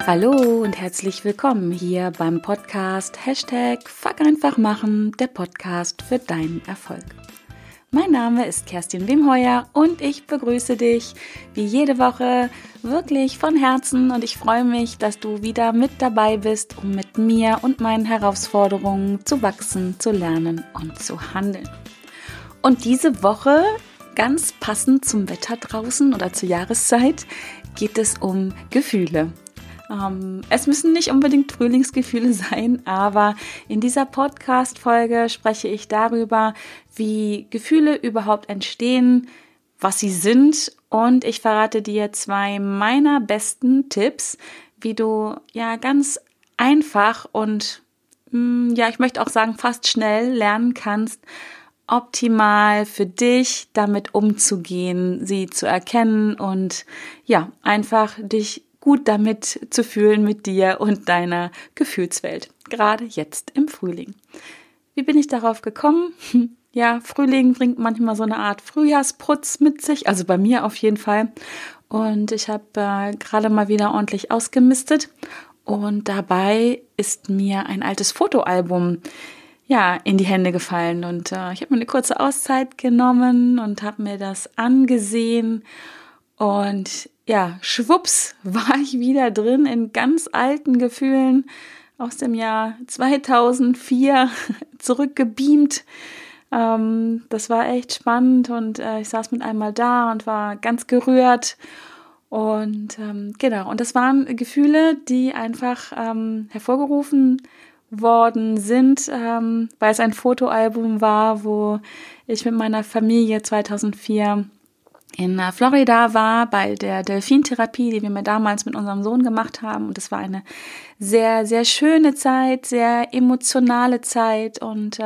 Hallo und herzlich willkommen hier beim Podcast Fuck einfach machen, der Podcast für deinen Erfolg. Mein Name ist Kerstin Wemheuer und ich begrüße dich wie jede Woche wirklich von Herzen und ich freue mich, dass du wieder mit dabei bist, um mit mir und meinen Herausforderungen zu wachsen, zu lernen und zu handeln. Und diese Woche, ganz passend zum Wetter draußen oder zur Jahreszeit, geht es um Gefühle. Es müssen nicht unbedingt Frühlingsgefühle sein, aber in dieser Podcast-Folge spreche ich darüber, wie Gefühle überhaupt entstehen, was sie sind und ich verrate dir 2 meiner besten Tipps, wie du ja ganz einfach und ich möchte auch sagen fast schnell lernen kannst, optimal für dich damit umzugehen, sie zu erkennen und ja, einfach dich gut damit zu fühlen mit dir und deiner Gefühlswelt, gerade jetzt im Frühling. Wie bin ich darauf gekommen? Ja, Frühling bringt manchmal so eine Art Frühjahrsputz mit sich, also bei mir auf jeden Fall. Und ich habe gerade mal wieder ordentlich ausgemistet und dabei ist mir ein altes Fotoalbum in die Hände gefallen und ich habe mir eine kurze Auszeit genommen und habe mir das angesehen und ja, schwupps war ich wieder drin in ganz alten Gefühlen aus dem Jahr 2004 zurückgebeamt. Das war echt spannend und ich saß mit einmal da und war ganz gerührt. Und genau, und das waren Gefühle, die einfach hervorgerufen worden sind, weil es ein Fotoalbum war, wo ich mit meiner Familie 2004 in Florida war bei der Delfintherapie, die wir mir damals mit unserem Sohn gemacht haben. Und es war eine sehr, sehr schöne Zeit, sehr emotionale Zeit und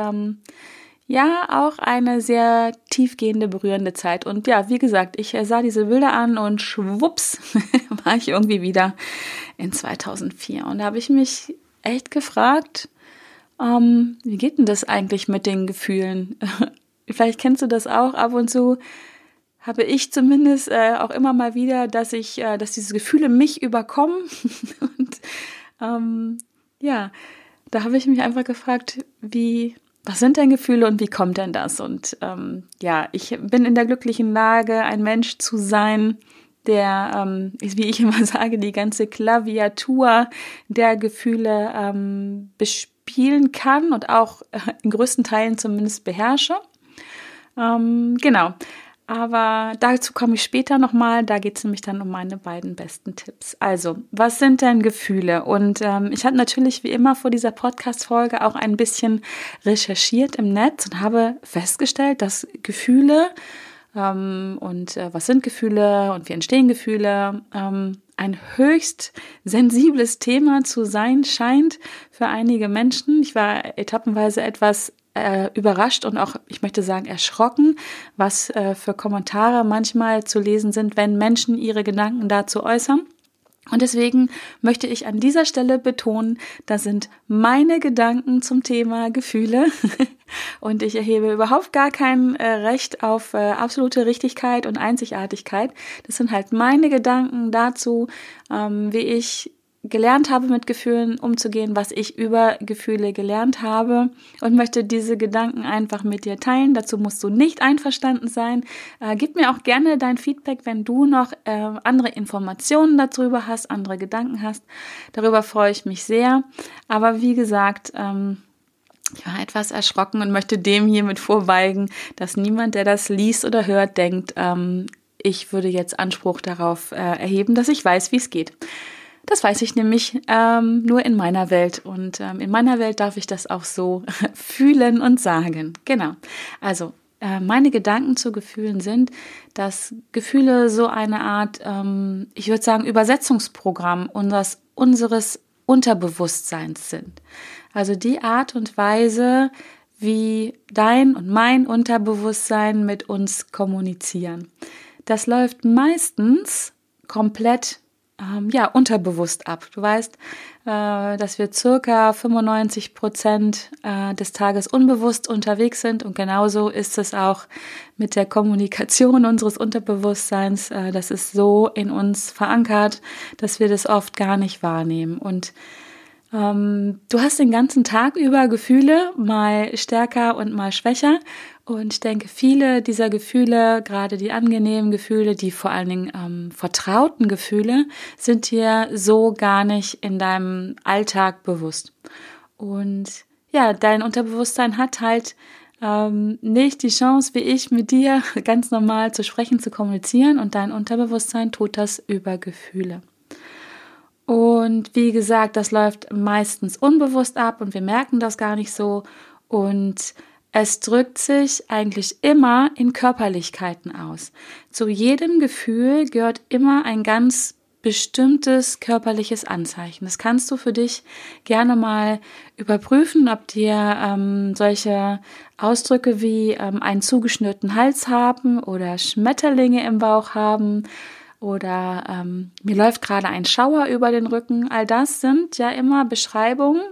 auch eine sehr tiefgehende, berührende Zeit. Und ja, wie gesagt, ich sah diese Bilder an und schwupps war ich irgendwie wieder in 2004. Und da habe ich mich echt gefragt, wie geht denn das eigentlich mit den Gefühlen? Vielleicht kennst du das auch ab und zu. Habe ich zumindest auch immer mal wieder, dass diese Gefühle mich überkommen. Und da habe ich mich einfach gefragt, was sind denn Gefühle und wie kommt denn das? Und ich bin in der glücklichen Lage, ein Mensch zu sein, der, wie ich immer sage, die ganze Klaviatur der Gefühle bespielen kann und auch in größten Teilen zumindest beherrsche. Genau. Aber dazu komme ich später nochmal, da geht es nämlich dann um meine beiden besten Tipps. Also, was sind denn Gefühle? Und ich habe natürlich wie immer vor dieser Podcast-Folge auch ein bisschen recherchiert im Netz und habe festgestellt, dass Gefühle was sind Gefühle und wie entstehen Gefühle, ein höchst sensibles Thema zu sein scheint für einige Menschen. Ich war etappenweise etwas überrascht und auch, ich möchte sagen, erschrocken, was für Kommentare manchmal zu lesen sind, wenn Menschen ihre Gedanken dazu äußern. Und deswegen möchte ich an dieser Stelle betonen, das sind meine Gedanken zum Thema Gefühle und ich erhebe überhaupt gar kein Recht auf absolute Richtigkeit und Einzigartigkeit. Das sind halt meine Gedanken dazu, wie ich gelernt habe, mit Gefühlen umzugehen, was ich über Gefühle gelernt habe und möchte diese Gedanken einfach mit dir teilen. Dazu musst du nicht einverstanden sein. Gib mir auch gerne dein Feedback, wenn du noch andere Informationen darüber hast, andere Gedanken hast. Darüber freue ich mich sehr. Aber wie gesagt, ich war etwas erschrocken und möchte dem hiermit vorbeugen, dass niemand, der das liest oder hört, denkt, ich würde jetzt Anspruch darauf erheben, dass ich weiß, wie es geht. Das weiß ich nämlich nur in meiner Welt und in meiner Welt darf ich das auch so fühlen und sagen. Genau, also meine Gedanken zu Gefühlen sind, dass Gefühle so eine Art, ich würde sagen, Übersetzungsprogramm unseres Unterbewusstseins sind. Also die Art und Weise, wie dein und mein Unterbewusstsein mit uns kommunizieren. Das läuft meistens komplett unterbewusst ab. Du weißt, dass wir circa 95% des Tages unbewusst unterwegs sind. Und genauso ist es auch mit der Kommunikation unseres Unterbewusstseins. Das ist so in uns verankert, dass wir das oft gar nicht wahrnehmen. Und du hast den ganzen Tag über Gefühle, mal stärker und mal schwächer. Und ich denke, viele dieser Gefühle, gerade die angenehmen Gefühle, die vor allen Dingen vertrauten Gefühle, sind dir so gar nicht in deinem Alltag bewusst. Und ja, dein Unterbewusstsein hat halt nicht die Chance, wie ich mit dir ganz normal zu sprechen, zu kommunizieren. Und dein Unterbewusstsein tut das über Gefühle. Und wie gesagt, das läuft meistens unbewusst ab und wir merken das gar nicht so. Und es drückt sich eigentlich immer in Körperlichkeiten aus. Zu jedem Gefühl gehört immer ein ganz bestimmtes körperliches Anzeichen. Das kannst du für dich gerne mal überprüfen, ob dir solche Ausdrücke wie einen zugeschnürten Hals haben oder Schmetterlinge im Bauch haben, oder mir läuft gerade ein Schauer über den Rücken. All das sind ja immer Beschreibungen,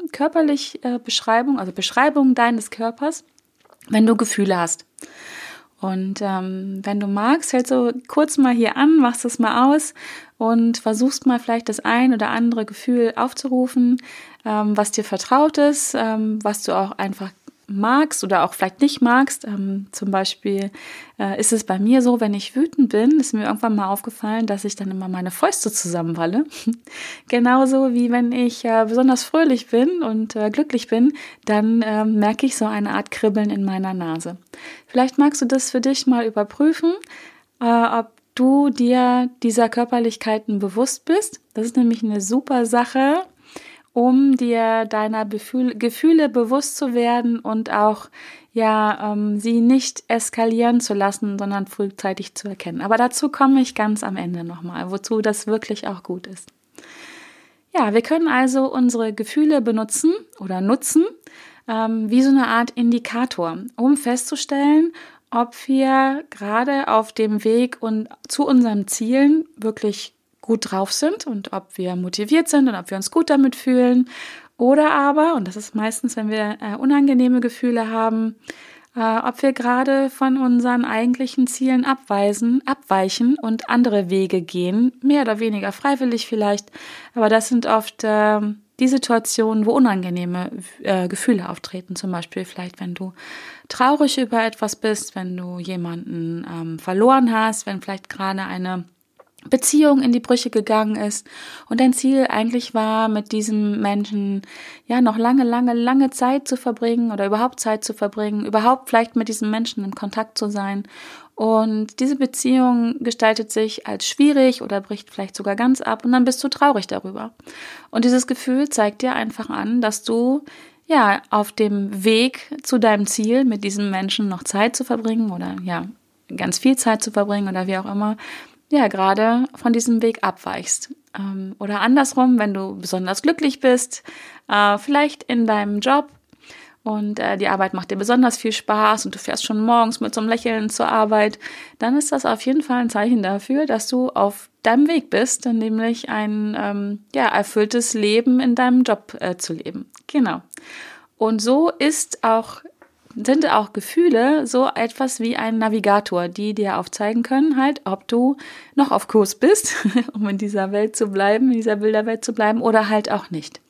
also Beschreibungen deines Körpers, wenn du Gefühle hast. Und wenn du magst, hältst du kurz mal hier an, machst es mal aus und versuchst mal vielleicht das ein oder andere Gefühl aufzurufen, was dir vertraut ist, was du auch einfach magst oder auch vielleicht nicht magst. Zum Beispiel ist es bei mir so, wenn ich wütend bin, ist mir irgendwann mal aufgefallen, dass ich dann immer meine Fäuste zusammenballe. Genauso wie wenn ich besonders fröhlich bin und glücklich bin, dann merke ich so eine Art Kribbeln in meiner Nase. Vielleicht magst du das für dich mal überprüfen, ob du dir dieser Körperlichkeiten bewusst bist. Das ist nämlich eine super Sache, um dir deiner Gefühle bewusst zu werden und auch sie nicht eskalieren zu lassen, sondern frühzeitig zu erkennen. Aber dazu komme ich ganz am Ende nochmal, wozu das wirklich auch gut ist. Ja, wir können also unsere Gefühle benutzen oder nutzen, wie so eine Art Indikator, um festzustellen, ob wir gerade auf dem Weg und zu unseren Zielen wirklich gut drauf sind und ob wir motiviert sind und ob wir uns gut damit fühlen. Oder aber, und das ist meistens, wenn wir unangenehme Gefühle haben, ob wir gerade von unseren eigentlichen Zielen abweichen und andere Wege gehen, mehr oder weniger freiwillig vielleicht. Aber das sind oft die Situationen, wo unangenehme Gefühle auftreten. Zum Beispiel vielleicht, wenn du traurig über etwas bist, wenn du jemanden verloren hast, wenn vielleicht gerade eine Beziehung in die Brüche gegangen ist und dein Ziel eigentlich war, mit diesem Menschen noch lange Zeit zu verbringen oder überhaupt Zeit zu verbringen, überhaupt vielleicht mit diesem Menschen in Kontakt zu sein. Und diese Beziehung gestaltet sich als schwierig oder bricht vielleicht sogar ganz ab und dann bist du traurig darüber. Und dieses Gefühl zeigt dir einfach an, dass du auf dem Weg zu deinem Ziel, mit diesem Menschen noch Zeit zu verbringen oder ganz viel Zeit zu verbringen oder wie auch immer, gerade von diesem Weg abweichst. Oder andersrum, wenn du besonders glücklich bist, vielleicht in deinem Job und die Arbeit macht dir besonders viel Spaß und du fährst schon morgens mit so einem Lächeln zur Arbeit, dann ist das auf jeden Fall ein Zeichen dafür, dass du auf deinem Weg bist, nämlich ein erfülltes Leben in deinem Job zu leben. Genau. Und so sind auch Gefühle so etwas wie ein Navigator, die dir aufzeigen können, ob du noch auf Kurs bist, um in dieser Welt zu bleiben, in dieser Bilderwelt zu bleiben oder halt auch nicht.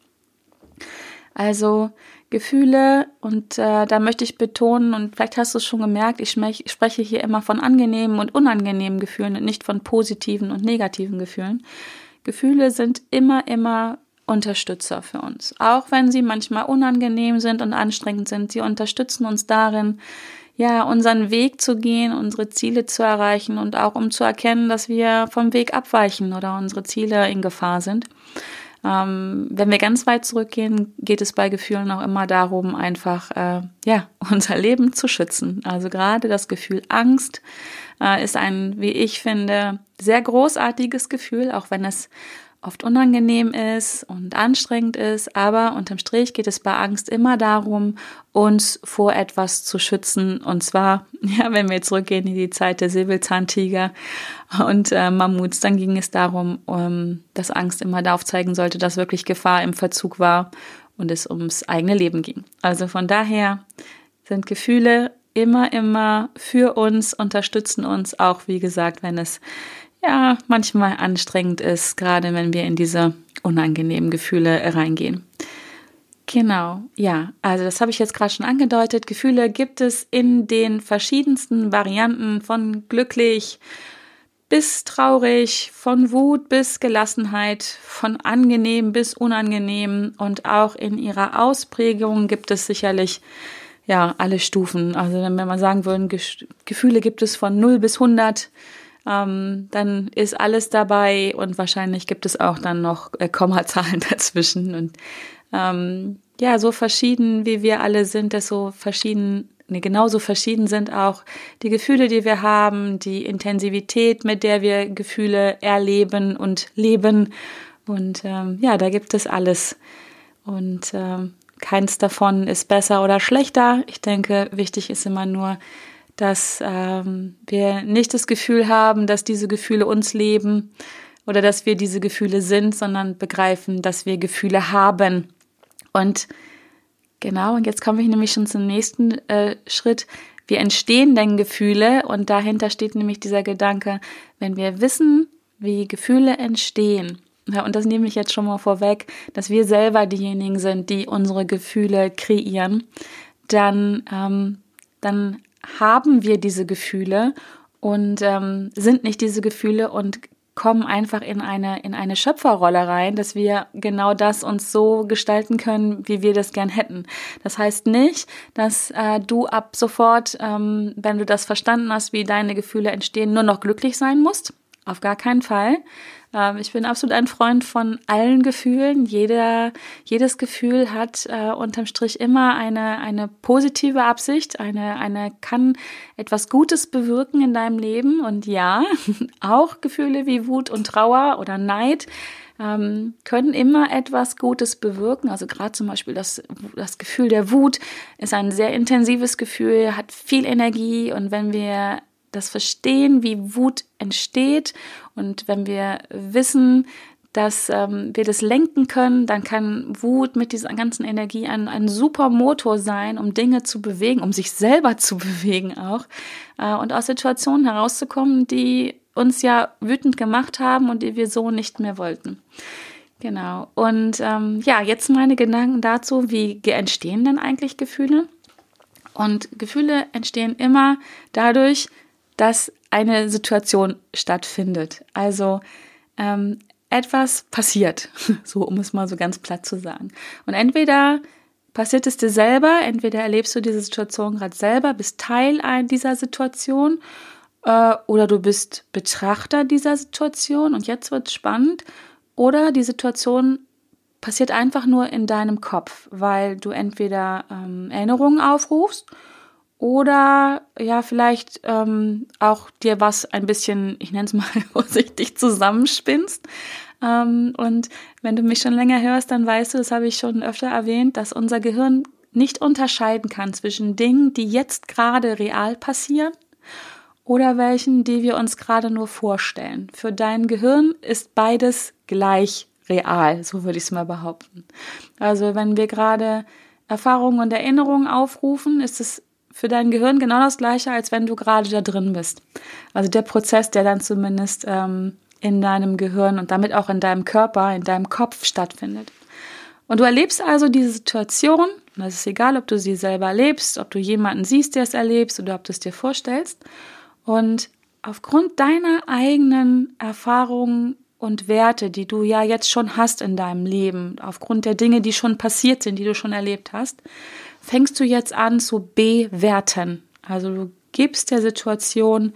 Also Gefühle, und da möchte ich betonen, und vielleicht hast du es schon gemerkt, ich spreche hier immer von angenehmen und unangenehmen Gefühlen und nicht von positiven und negativen Gefühlen. Gefühle sind immer Unterstützer für uns. Auch wenn sie manchmal unangenehm sind und anstrengend sind, sie unterstützen uns darin, unseren Weg zu gehen, unsere Ziele zu erreichen und auch um zu erkennen, dass wir vom Weg abweichen oder unsere Ziele in Gefahr sind. Wenn wir ganz weit zurückgehen, geht es bei Gefühlen auch immer darum, einfach unser Leben zu schützen. Also gerade das Gefühl Angst ist ein, wie ich finde, sehr großartiges Gefühl, auch wenn es oft unangenehm ist und anstrengend ist, aber unterm Strich geht es bei Angst immer darum, uns vor etwas zu schützen. Und zwar, ja, wenn wir zurückgehen in die Zeit der Säbelzahntiger und Mammuts, dann ging es darum, dass Angst immer darauf zeigen sollte, dass wirklich Gefahr im Verzug war und es ums eigene Leben ging. Also von daher sind Gefühle immer für uns, unterstützen uns auch, wie gesagt, wenn es ja manchmal anstrengend ist, gerade wenn wir in diese unangenehmen Gefühle reingehen. Genau, ja, also das habe ich jetzt gerade schon angedeutet. Gefühle gibt es in den verschiedensten Varianten, von glücklich bis traurig, von Wut bis Gelassenheit, von angenehm bis unangenehm, und auch in ihrer Ausprägung gibt es sicherlich ja alle Stufen. Also wenn wir mal sagen würden, Gefühle gibt es von 0 bis 100, dann ist alles dabei, und wahrscheinlich gibt es auch dann noch Kommazahlen dazwischen. Und ja, so verschieden wie wir alle sind, genauso verschieden sind auch die Gefühle, die wir haben, die Intensivität, mit der wir Gefühle erleben und leben. Und ja, da gibt es alles. Und keins davon ist besser oder schlechter. Ich denke, wichtig ist immer nur, dass wir nicht das Gefühl haben, dass diese Gefühle uns leben oder dass wir diese Gefühle sind, sondern begreifen, dass wir Gefühle haben. Und genau, und jetzt komme ich nämlich schon zum nächsten Schritt. Wie entstehen denn Gefühle? Und dahinter steht nämlich dieser Gedanke, wenn wir wissen, wie Gefühle entstehen, ja, und das nehme ich jetzt schon mal vorweg, dass wir selber diejenigen sind, die unsere Gefühle kreieren, dann haben wir diese Gefühle und sind nicht diese Gefühle und kommen einfach in eine Schöpferrolle rein, dass wir genau das uns so gestalten können, wie wir das gern hätten. Das heißt nicht, dass du ab sofort, wenn du das verstanden hast, wie deine Gefühle entstehen, nur noch glücklich sein musst. Auf gar keinen Fall. Ich bin absolut ein Freund von allen Gefühlen. Jedes Gefühl hat unterm Strich immer eine positive Absicht, kann etwas Gutes bewirken in deinem Leben. Und ja, auch Gefühle wie Wut und Trauer oder Neid können immer etwas Gutes bewirken. Also gerade zum Beispiel das Gefühl der Wut ist ein sehr intensives Gefühl, hat viel Energie, und wenn wir das verstehen, wie Wut entsteht, und wenn wir wissen, dass wir das lenken können, dann kann Wut mit dieser ganzen Energie ein super Motor sein, um Dinge zu bewegen, um sich selber zu bewegen auch, und aus Situationen herauszukommen, die uns ja wütend gemacht haben und die wir so nicht mehr wollten. Genau. Und ja, jetzt meine Gedanken dazu, wie entstehen denn eigentlich Gefühle? Und Gefühle entstehen immer dadurch, dass eine Situation stattfindet. Also etwas passiert, so um es mal so ganz platt zu sagen. Und entweder passiert es dir selber, entweder erlebst du diese Situation gerade selber, bist Teil dieser Situation, oder du bist Betrachter dieser Situation, und jetzt wird es spannend, oder die Situation passiert einfach nur in deinem Kopf, weil du entweder Erinnerungen aufrufst oder ja, vielleicht auch dir was ein bisschen, ich nenne es mal vorsichtig, zusammenspinnst. Und wenn du mich schon länger hörst, dann weißt du, das habe ich schon öfter erwähnt, dass unser Gehirn nicht unterscheiden kann zwischen Dingen, die jetzt gerade real passieren, oder welchen, die wir uns gerade nur vorstellen. Für dein Gehirn ist beides gleich real, so würde ich es mal behaupten. Also wenn wir gerade Erfahrungen und Erinnerungen aufrufen, ist es für dein Gehirn genau das Gleiche, als wenn du gerade da drin bist. Also der Prozess, der dann zumindest in deinem Gehirn und damit auch in deinem Körper, in deinem Kopf stattfindet. Und du erlebst also diese Situation, und es ist egal, ob du sie selber erlebst, ob du jemanden siehst, der es erlebst, oder ob du es dir vorstellst. Und aufgrund deiner eigenen Erfahrungen und Werte, die du ja jetzt schon hast in deinem Leben, aufgrund der Dinge, die schon passiert sind, die du schon erlebt hast, fängst du jetzt an zu bewerten. Also du gibst der Situation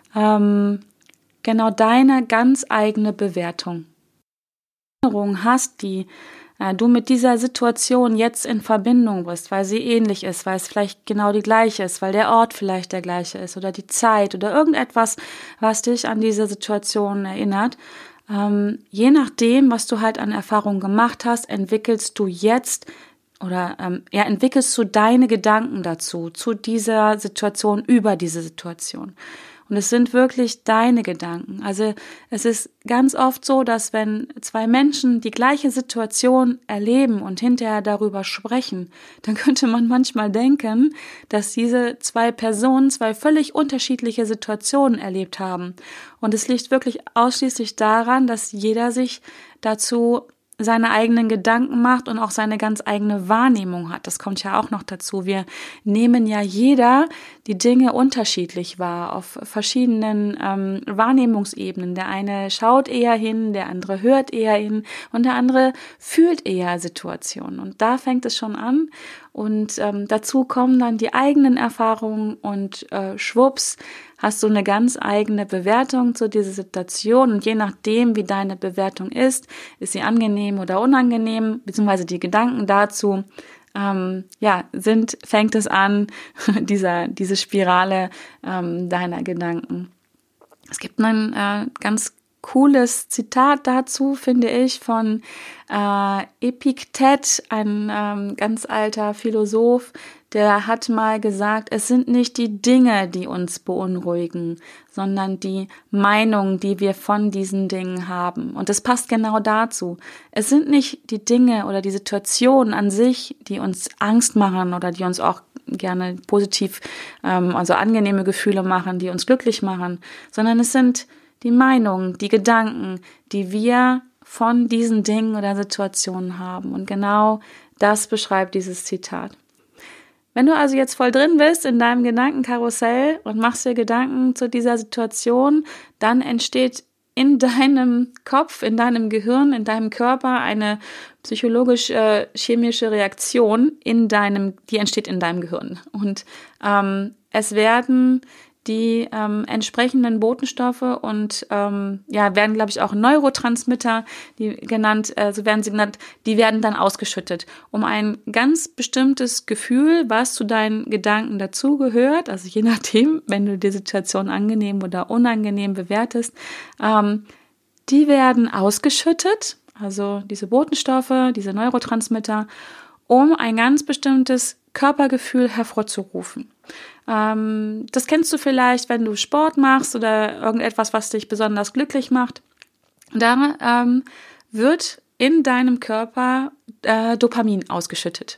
genau deine ganz eigene Bewertung. Erinnerung hast, die du mit dieser Situation jetzt in Verbindung bist, weil sie ähnlich ist, weil es vielleicht genau die gleiche ist, weil der Ort vielleicht der gleiche ist oder die Zeit oder irgendetwas, was dich an diese Situation erinnert, je nachdem, was du halt an Erfahrungen gemacht hast, entwickelst du jetzt oder entwickelst du deine Gedanken dazu, zu dieser Situation, über diese Situation. Und es sind wirklich deine Gedanken. Also es ist ganz oft so, dass wenn zwei Menschen die gleiche Situation erleben und hinterher darüber sprechen, dann könnte man manchmal denken, dass diese zwei Personen zwei völlig unterschiedliche Situationen erlebt haben. Und es liegt wirklich ausschließlich daran, dass jeder sich dazu seine eigenen Gedanken macht und auch seine ganz eigene Wahrnehmung hat. Das kommt ja auch noch dazu. Wir nehmen ja jeder die Dinge unterschiedlich wahr, auf verschiedenen Wahrnehmungsebenen. Der eine schaut eher hin, der andere hört eher hin und der andere fühlt eher Situationen. Und da fängt es schon an. Und dazu kommen dann die eigenen Erfahrungen und schwupps, hast du eine ganz eigene Bewertung zu dieser Situation. Und je nachdem, wie deine Bewertung ist sie angenehm oder unangenehm, beziehungsweise die Gedanken dazu, fängt es an, diese Spirale deiner Gedanken. Es gibt ein ganz cooles Zitat dazu, finde ich, von Epiktet, ein ganz alter Philosoph, der hat mal gesagt, es sind nicht die Dinge, die uns beunruhigen, sondern die Meinung, die wir von diesen Dingen haben. Und das passt genau dazu. Es sind nicht die Dinge oder die Situationen an sich, die uns Angst machen oder die uns auch gerne positiv, also angenehme Gefühle machen, die uns glücklich machen, sondern es sind die Meinungen, die Gedanken, die wir von diesen Dingen oder Situationen haben. Und genau das beschreibt dieses Zitat. Wenn du also jetzt voll drin bist in deinem Gedankenkarussell und machst dir Gedanken zu dieser Situation, dann entsteht in deinem Kopf, in deinem Gehirn, in deinem Körper eine psychologisch-chemische Reaktion die entsteht in deinem Gehirn. Und es werden die entsprechenden Botenstoffe und werden, glaube ich, auch Neurotransmitter, die werden sie genannt, die werden dann ausgeschüttet, um ein ganz bestimmtes Gefühl, was zu deinen Gedanken dazugehört, also je nachdem, wenn du die Situation angenehm oder unangenehm bewertest, die werden ausgeschüttet, also diese Botenstoffe, diese Neurotransmitter, um ein ganz bestimmtes Körpergefühl hervorzurufen. Das kennst du vielleicht, wenn du Sport machst oder irgendetwas, was dich besonders glücklich macht. Da wird in deinem Körper Dopamin ausgeschüttet,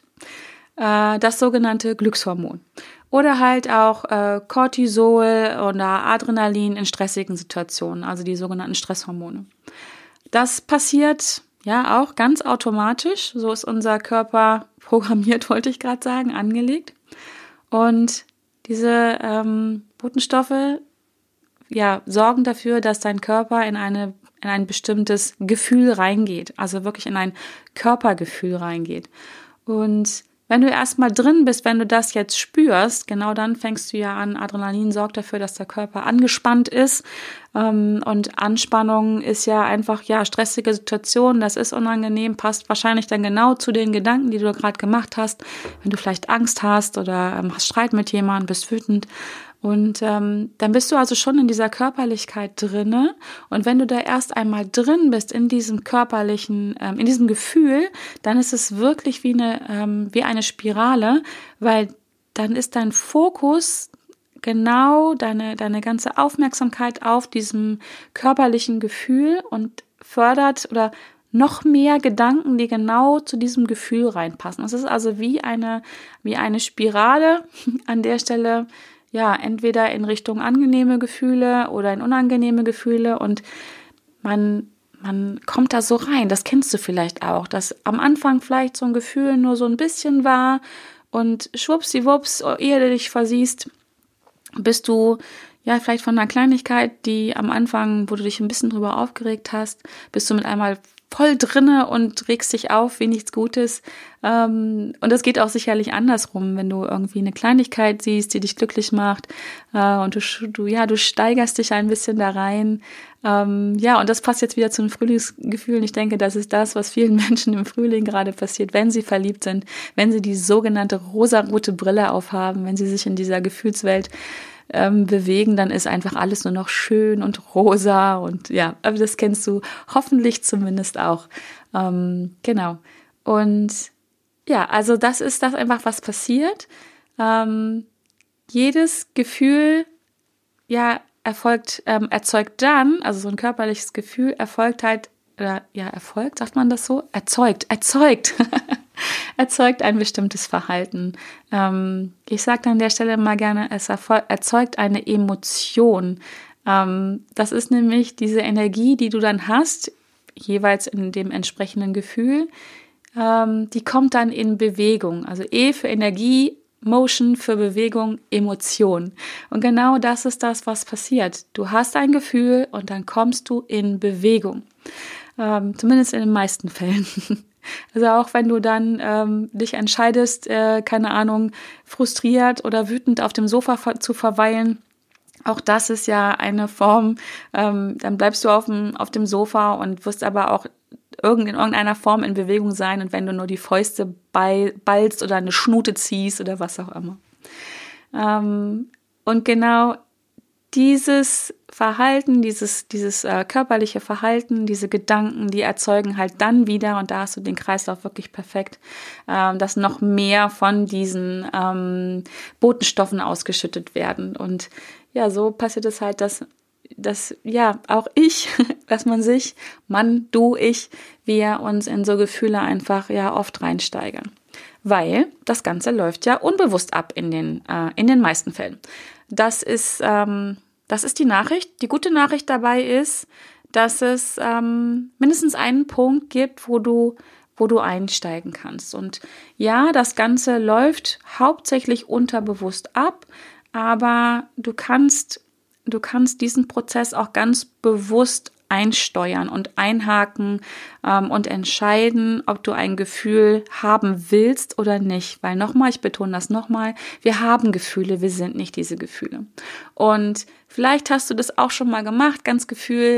das sogenannte Glückshormon. Oder halt auch Cortisol oder Adrenalin in stressigen Situationen, also die sogenannten Stresshormone. Das passiert ja auch ganz automatisch, so ist unser Körper programmiert, wollte ich gerade sagen, angelegt. Und diese Botenstoffe sorgen dafür, dass dein Körper in ein bestimmtes Gefühl reingeht, also wirklich in ein Körpergefühl reingeht. Und wenn du erstmal drin bist, wenn du das jetzt spürst, genau dann fängst du ja an, Adrenalin sorgt dafür, dass der Körper angespannt ist. Und Anspannung ist ja einfach, stressige Situation, das ist unangenehm, passt wahrscheinlich dann genau zu den Gedanken, die du gerade gemacht hast. Wenn du vielleicht Angst hast oder hast Streit mit jemandem, bist wütend. Und dann bist du also schon in dieser Körperlichkeit drinne. Und wenn du da erst einmal drin bist in diesem körperlichen, in diesem Gefühl, dann ist es wirklich wie eine Spirale, weil dann ist dein Fokus genau deine ganze Aufmerksamkeit auf diesem körperlichen Gefühl und fördert oder noch mehr Gedanken, die genau zu diesem Gefühl reinpassen. Es ist also wie eine Spirale an der Stelle, entweder in Richtung angenehme Gefühle oder in unangenehme Gefühle und man kommt da so rein. Das kennst du vielleicht auch, dass am Anfang vielleicht so ein Gefühl nur so ein bisschen war und schwuppsiwupps, ehe du dich versiehst, bist du vielleicht von einer Kleinigkeit, die am Anfang, wo du dich ein bisschen drüber aufgeregt hast, bist du mit einmal voll drinne und regst dich auf wie nichts Gutes. Und das geht auch sicherlich andersrum, wenn du irgendwie eine Kleinigkeit siehst, die dich glücklich macht und du steigerst dich ein bisschen da rein. Und das passt jetzt wieder zu den Frühlingsgefühlen. Ich denke, das ist das, was vielen Menschen im Frühling gerade passiert, wenn sie verliebt sind, wenn sie die sogenannte rosarote Brille aufhaben, wenn sie sich in dieser Gefühlswelt bewegen, dann ist einfach alles nur noch schön und rosa und ja, aber das kennst du hoffentlich zumindest auch. Genau. Und ja, also das ist das einfach, was passiert. Jedes Gefühl, ja, erzeugt dann, also so ein körperliches Gefühl erfolgt halt, erfolgt, sagt man das so? Erzeugt ein bestimmtes Verhalten. Ich sage an der Stelle mal gerne, es erzeugt eine Emotion. Das ist nämlich diese Energie, die du dann hast, jeweils in dem entsprechenden Gefühl, die kommt dann in Bewegung. Also E für Energie, Motion für Bewegung, Emotion. Und genau das ist das, was passiert. Du hast ein Gefühl und dann kommst du in Bewegung. Zumindest in den meisten Fällen. Also auch wenn du dann dich entscheidest, keine Ahnung, frustriert oder wütend auf dem Sofa zu verweilen, auch das ist ja eine Form, dann bleibst du auf dem Sofa und wirst aber auch in irgendeiner Form in Bewegung sein und wenn du nur die Fäuste ballst oder eine Schnute ziehst oder was auch immer. Und genau dieses Verhalten, dieses körperliche Verhalten, diese Gedanken, die erzeugen halt dann wieder, und da hast du den Kreislauf wirklich perfekt, dass noch mehr von diesen Botenstoffen ausgeschüttet werden. Und ja, so passiert es halt, dass auch wir uns in so Gefühle einfach ja oft reinsteigern. Weil das Ganze läuft ja unbewusst ab in den meisten Fällen. Das ist die Nachricht. Die gute Nachricht dabei ist, dass es mindestens einen Punkt gibt, wo du einsteigen kannst. Und ja, das Ganze läuft hauptsächlich unterbewusst ab, aber du kannst diesen Prozess auch ganz bewusst einsteuern und einhaken und entscheiden, ob du ein Gefühl haben willst oder nicht. Weil nochmal, ich betone das nochmal, wir haben Gefühle, wir sind nicht diese Gefühle. Und vielleicht hast du das auch schon mal gemacht, ganz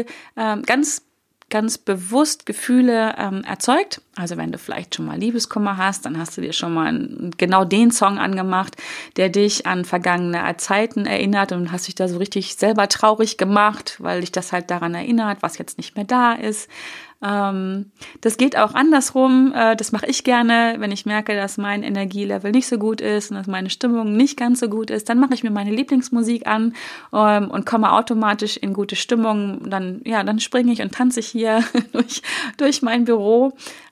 bewusst Gefühle erzeugt. Also wenn du vielleicht schon mal Liebeskummer hast, dann hast du dir schon mal genau den Song angemacht, der dich an vergangene Zeiten erinnert und hast dich da so richtig selber traurig gemacht, weil dich das halt daran erinnert, was jetzt nicht mehr da ist. Das geht auch andersrum. Das mache ich gerne, wenn ich merke, dass mein Energielevel nicht so gut ist und dass meine Stimmung nicht ganz so gut ist. Dann mache ich mir meine Lieblingsmusik an und komme automatisch in gute Stimmung. Dann springe ich und tanze ich hier durch mein Büro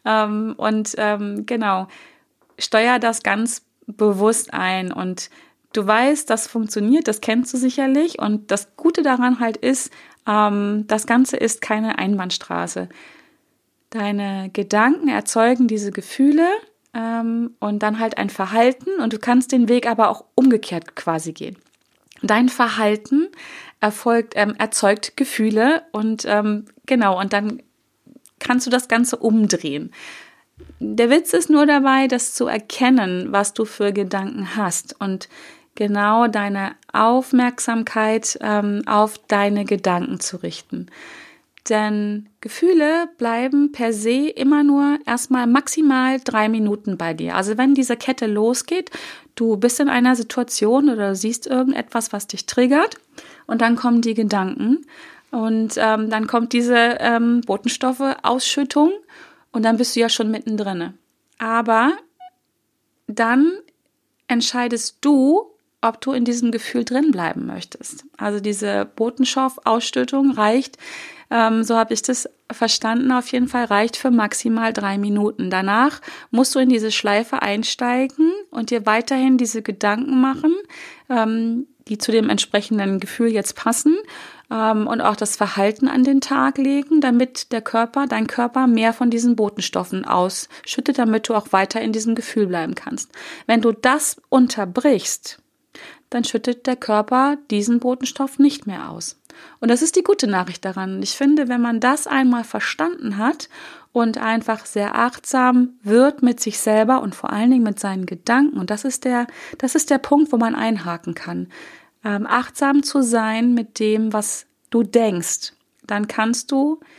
genau, steuere das ganz bewusst ein. Und du weißt, das funktioniert, das kennst du sicherlich. Und das Gute daran halt ist, das Ganze ist keine Einbahnstraße. Deine Gedanken erzeugen diese Gefühle und dann halt ein Verhalten und du kannst den Weg aber auch umgekehrt quasi gehen. Dein Verhalten erzeugt Gefühle und genau, und dann kannst du das Ganze umdrehen. Der Witz ist nur dabei, das zu erkennen, was du für Gedanken hast und genau deine Aufmerksamkeit auf deine Gedanken zu richten. Denn Gefühle bleiben per se immer nur erstmal maximal 3 Minuten bei dir. Also wenn diese Kette losgeht, du bist in einer Situation oder du siehst irgendetwas, was dich triggert und dann kommen die Gedanken und dann kommt diese Botenstoffe-Ausschüttung und dann bist du ja schon mittendrin. Aber dann entscheidest du, ob du in diesem Gefühl drin bleiben möchtest. Also diese Botenstoffausschüttung reicht, so habe ich das verstanden, auf jeden Fall reicht für maximal 3 Minuten. Danach musst du in diese Schleife einsteigen und dir weiterhin diese Gedanken machen, die zu dem entsprechenden Gefühl jetzt passen und auch das Verhalten an den Tag legen, damit dein Körper mehr von diesen Botenstoffen ausschüttet, damit du auch weiter in diesem Gefühl bleiben kannst. Wenn du das unterbrichst, dann schüttet der Körper diesen Botenstoff nicht mehr aus. Und das ist die gute Nachricht daran. Ich finde, wenn man das einmal verstanden hat und einfach sehr achtsam wird mit sich selber und vor allen Dingen mit seinen Gedanken, und das ist der Punkt, wo man einhaken kann, achtsam zu sein mit dem, was du denkst, dann kannst du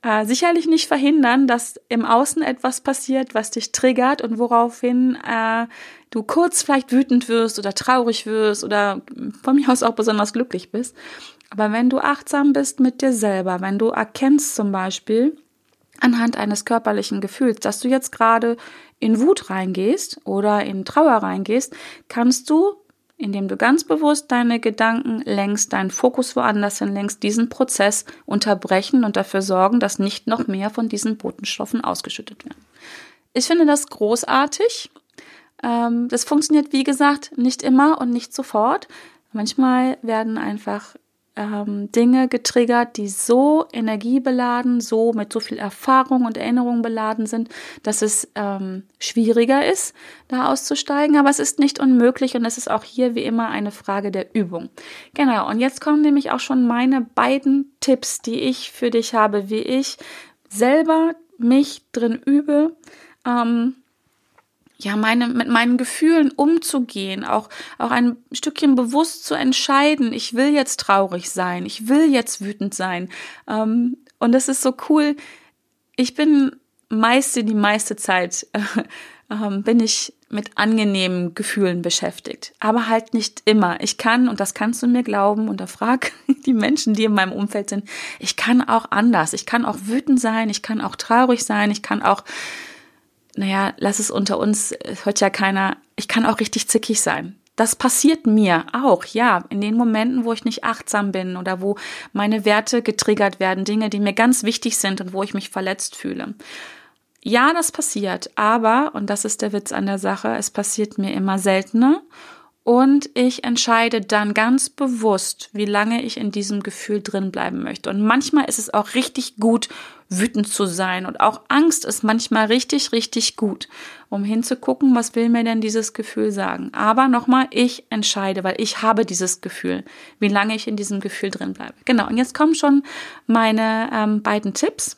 sicherlich nicht verhindern, dass im Außen etwas passiert, was dich triggert und woraufhin du kurz vielleicht wütend wirst oder traurig wirst oder von mir aus auch besonders glücklich bist. Aber wenn du achtsam bist mit dir selber, wenn du erkennst zum Beispiel anhand eines körperlichen Gefühls, dass du jetzt gerade in Wut reingehst oder in Trauer reingehst, kannst du, indem du ganz bewusst deine Gedanken lenkst, deinen Fokus woanders hin lenkst, diesen Prozess unterbrechen und dafür sorgen, dass nicht noch mehr von diesen Botenstoffen ausgeschüttet werden. Ich finde das großartig. Das funktioniert, wie gesagt, nicht immer und nicht sofort. Manchmal werden einfach Dinge getriggert, die so energiebeladen, so mit so viel Erfahrung und Erinnerung beladen sind, dass es schwieriger ist, da auszusteigen. Aber es ist nicht unmöglich und es ist auch hier wie immer eine Frage der Übung. Genau, und jetzt kommen nämlich auch schon meine beiden Tipps, die ich für dich habe, wie ich selber mich drin übe, mit meinen Gefühlen umzugehen, auch ein Stückchen bewusst zu entscheiden, ich will jetzt traurig sein, ich will jetzt wütend sein. Und das ist so cool. Ich bin die meiste Zeit bin ich mit angenehmen Gefühlen beschäftigt, aber halt nicht immer. Ich kann, und das kannst du mir glauben, und da frag die Menschen, die in meinem Umfeld sind, ich kann auch anders. Ich kann auch wütend sein, ich kann auch traurig sein, ich kann auch lass es unter uns, hört ja keiner, ich kann auch richtig zickig sein. Das passiert mir auch, ja, in den Momenten, wo ich nicht achtsam bin oder wo meine Werte getriggert werden, Dinge, die mir ganz wichtig sind und wo ich mich verletzt fühle. Ja, das passiert, aber, und das ist der Witz an der Sache, es passiert mir immer seltener und ich entscheide dann ganz bewusst, wie lange ich in diesem Gefühl drin bleiben möchte. Und manchmal ist es auch richtig gut, wütend zu sein und auch Angst ist manchmal richtig, richtig gut, um hinzugucken, was will mir denn dieses Gefühl sagen. Aber nochmal, ich entscheide, weil ich habe dieses Gefühl, wie lange ich in diesem Gefühl drin bleibe. Genau, und jetzt kommen schon meine beiden Tipps,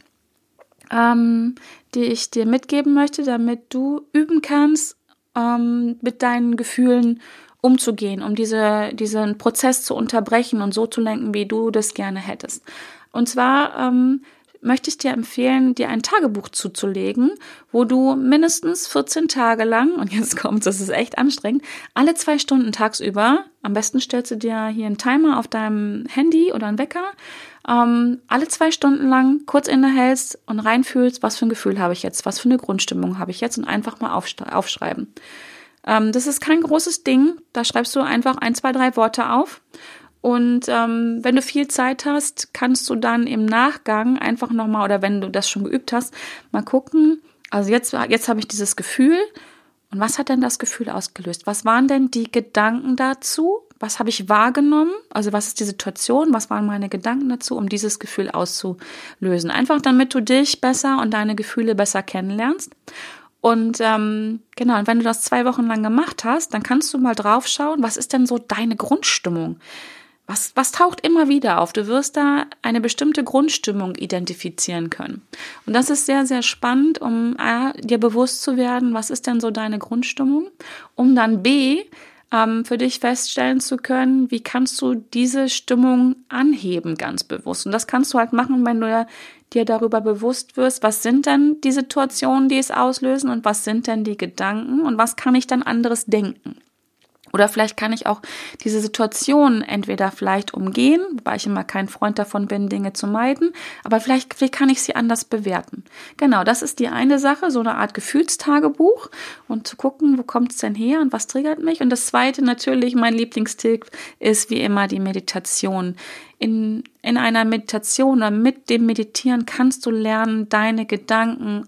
die ich dir mitgeben möchte, damit du üben kannst, mit deinen Gefühlen umzugehen, um diesen Prozess zu unterbrechen und so zu lenken, wie du das gerne hättest. Und zwar möchte ich dir empfehlen, dir ein Tagebuch zuzulegen, wo du mindestens 14 Tage lang, und jetzt kommt's, das ist echt anstrengend, alle 2 Stunden tagsüber, am besten stellst du dir hier einen Timer auf deinem Handy oder einen Wecker, alle 2 Stunden lang kurz innehältst und reinfühlst, was für ein Gefühl habe ich jetzt, was für eine Grundstimmung habe ich jetzt und einfach mal aufschreiben. Das ist kein großes Ding, da schreibst du einfach 1, 2, 3 Worte auf. Und wenn du viel Zeit hast, kannst du dann im Nachgang einfach nochmal, oder wenn du das schon geübt hast, mal gucken, also jetzt habe ich dieses Gefühl und was hat denn das Gefühl ausgelöst? Was waren denn die Gedanken dazu? Was habe ich wahrgenommen? Also was ist die Situation? Was waren meine Gedanken dazu, um dieses Gefühl auszulösen? Einfach damit du dich besser und deine Gefühle besser kennenlernst. Und und wenn du das 2 Wochen lang gemacht hast, dann kannst du mal drauf schauen, was ist denn so deine Grundstimmung? Was taucht immer wieder auf? Du wirst da eine bestimmte Grundstimmung identifizieren können. Und das ist sehr, sehr spannend, um dir bewusst zu werden, was ist denn so deine Grundstimmung, um dann B, für dich feststellen zu können, wie kannst du diese Stimmung anheben, ganz bewusst. Und das kannst du halt machen, wenn du dir darüber bewusst wirst, was sind denn die Situationen, die es auslösen und was sind denn die Gedanken und was kann ich dann anderes denken. Oder vielleicht kann ich auch diese Situation entweder vielleicht umgehen, wobei ich immer kein Freund davon bin, Dinge zu meiden, aber vielleicht kann ich sie anders bewerten. Genau, das ist die eine Sache, so eine Art Gefühlstagebuch und zu gucken, wo kommt es denn her und was triggert mich. Und das zweite natürlich, mein Lieblingstipp, ist wie immer die Meditation. In einer Meditation oder mit dem Meditieren kannst du lernen, deine Gedanken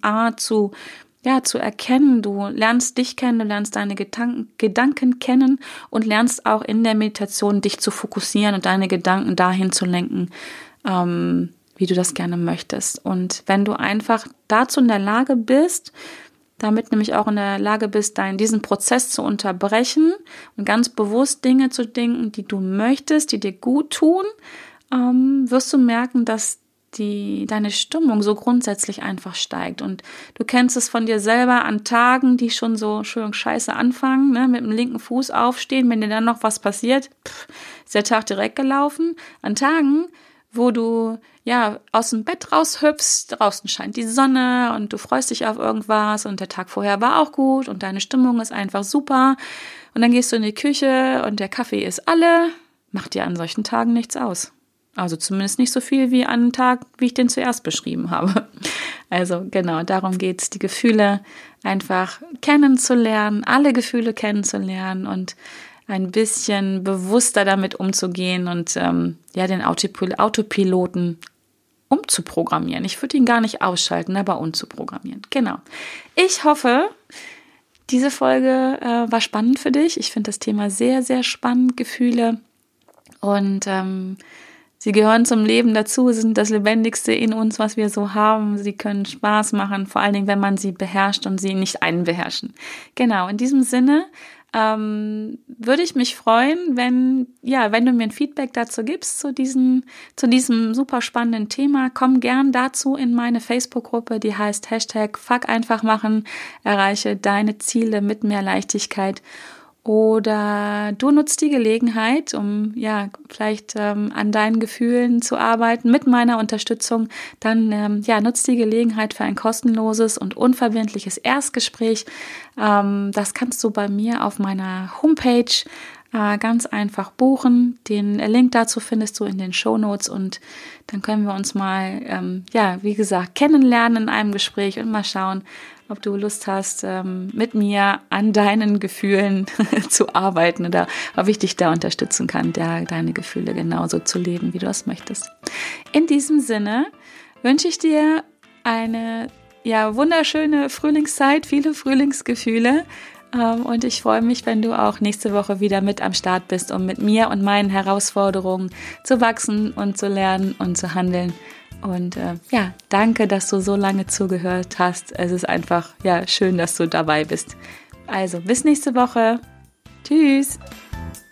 zu erkennen. Du lernst dich kennen, du lernst deine Gedanken kennen und lernst auch in der Meditation dich zu fokussieren und deine Gedanken dahin zu lenken, wie du das gerne möchtest. Und wenn du einfach dazu in der Lage bist, damit nämlich auch in der Lage bist, diesen Prozess zu unterbrechen und ganz bewusst Dinge zu denken, die du möchtest, die dir gut tun, wirst du merken, dass deine Stimmung so grundsätzlich einfach steigt. Und du kennst es von dir selber an Tagen, die schon so schön scheiße anfangen, ne, mit dem linken Fuß aufstehen, wenn dir dann noch was passiert, ist der Tag direkt gelaufen. An Tagen, wo du ja aus dem Bett raushüpfst, draußen scheint die Sonne und du freust dich auf irgendwas und der Tag vorher war auch gut und deine Stimmung ist einfach super und dann gehst du in die Küche und der Kaffee ist alle, macht dir an solchen Tagen nichts aus. Also zumindest nicht so viel wie an einem Tag, wie ich den zuerst beschrieben habe. Also genau, darum geht's, die Gefühle einfach kennenzulernen, alle Gefühle kennenzulernen und ein bisschen bewusster damit umzugehen und den Autopiloten umzuprogrammieren. Ich würde ihn gar nicht ausschalten, aber umzuprogrammieren. Genau. Ich hoffe, diese Folge war spannend für dich. Ich finde das Thema sehr, sehr spannend, Gefühle. Und sie gehören zum Leben dazu, sind das Lebendigste in uns, was wir so haben. Sie können Spaß machen, vor allen Dingen, wenn man sie beherrscht und sie nicht einen beherrschen. Genau, in diesem Sinne würde ich mich freuen, wenn du mir ein Feedback dazu gibst, zu diesem super spannenden Thema. Komm gern dazu in meine Facebook-Gruppe, die heißt #FuckEinfachmachen, erreiche deine Ziele mit mehr Leichtigkeit. Oder du nutzt die Gelegenheit, um vielleicht an deinen Gefühlen zu arbeiten mit meiner Unterstützung. Dann nutzt die Gelegenheit für ein kostenloses und unverbindliches Erstgespräch. Das kannst du bei mir auf meiner Homepage ganz einfach buchen. Den Link dazu findest du in den Shownotes und dann können wir uns mal, wie gesagt, kennenlernen in einem Gespräch und mal schauen, ob du Lust hast, mit mir an deinen Gefühlen zu arbeiten oder ob ich dich da unterstützen kann, deine Gefühle genauso zu leben, wie du es möchtest. In diesem Sinne wünsche ich dir eine wunderschöne Frühlingszeit, viele Frühlingsgefühle. Und ich freue mich, wenn du auch nächste Woche wieder mit am Start bist, um mit mir und meinen Herausforderungen zu wachsen und zu lernen und zu handeln. Und danke, dass du so lange zugehört hast. Es ist einfach schön, dass du dabei bist. Also bis nächste Woche. Tschüss.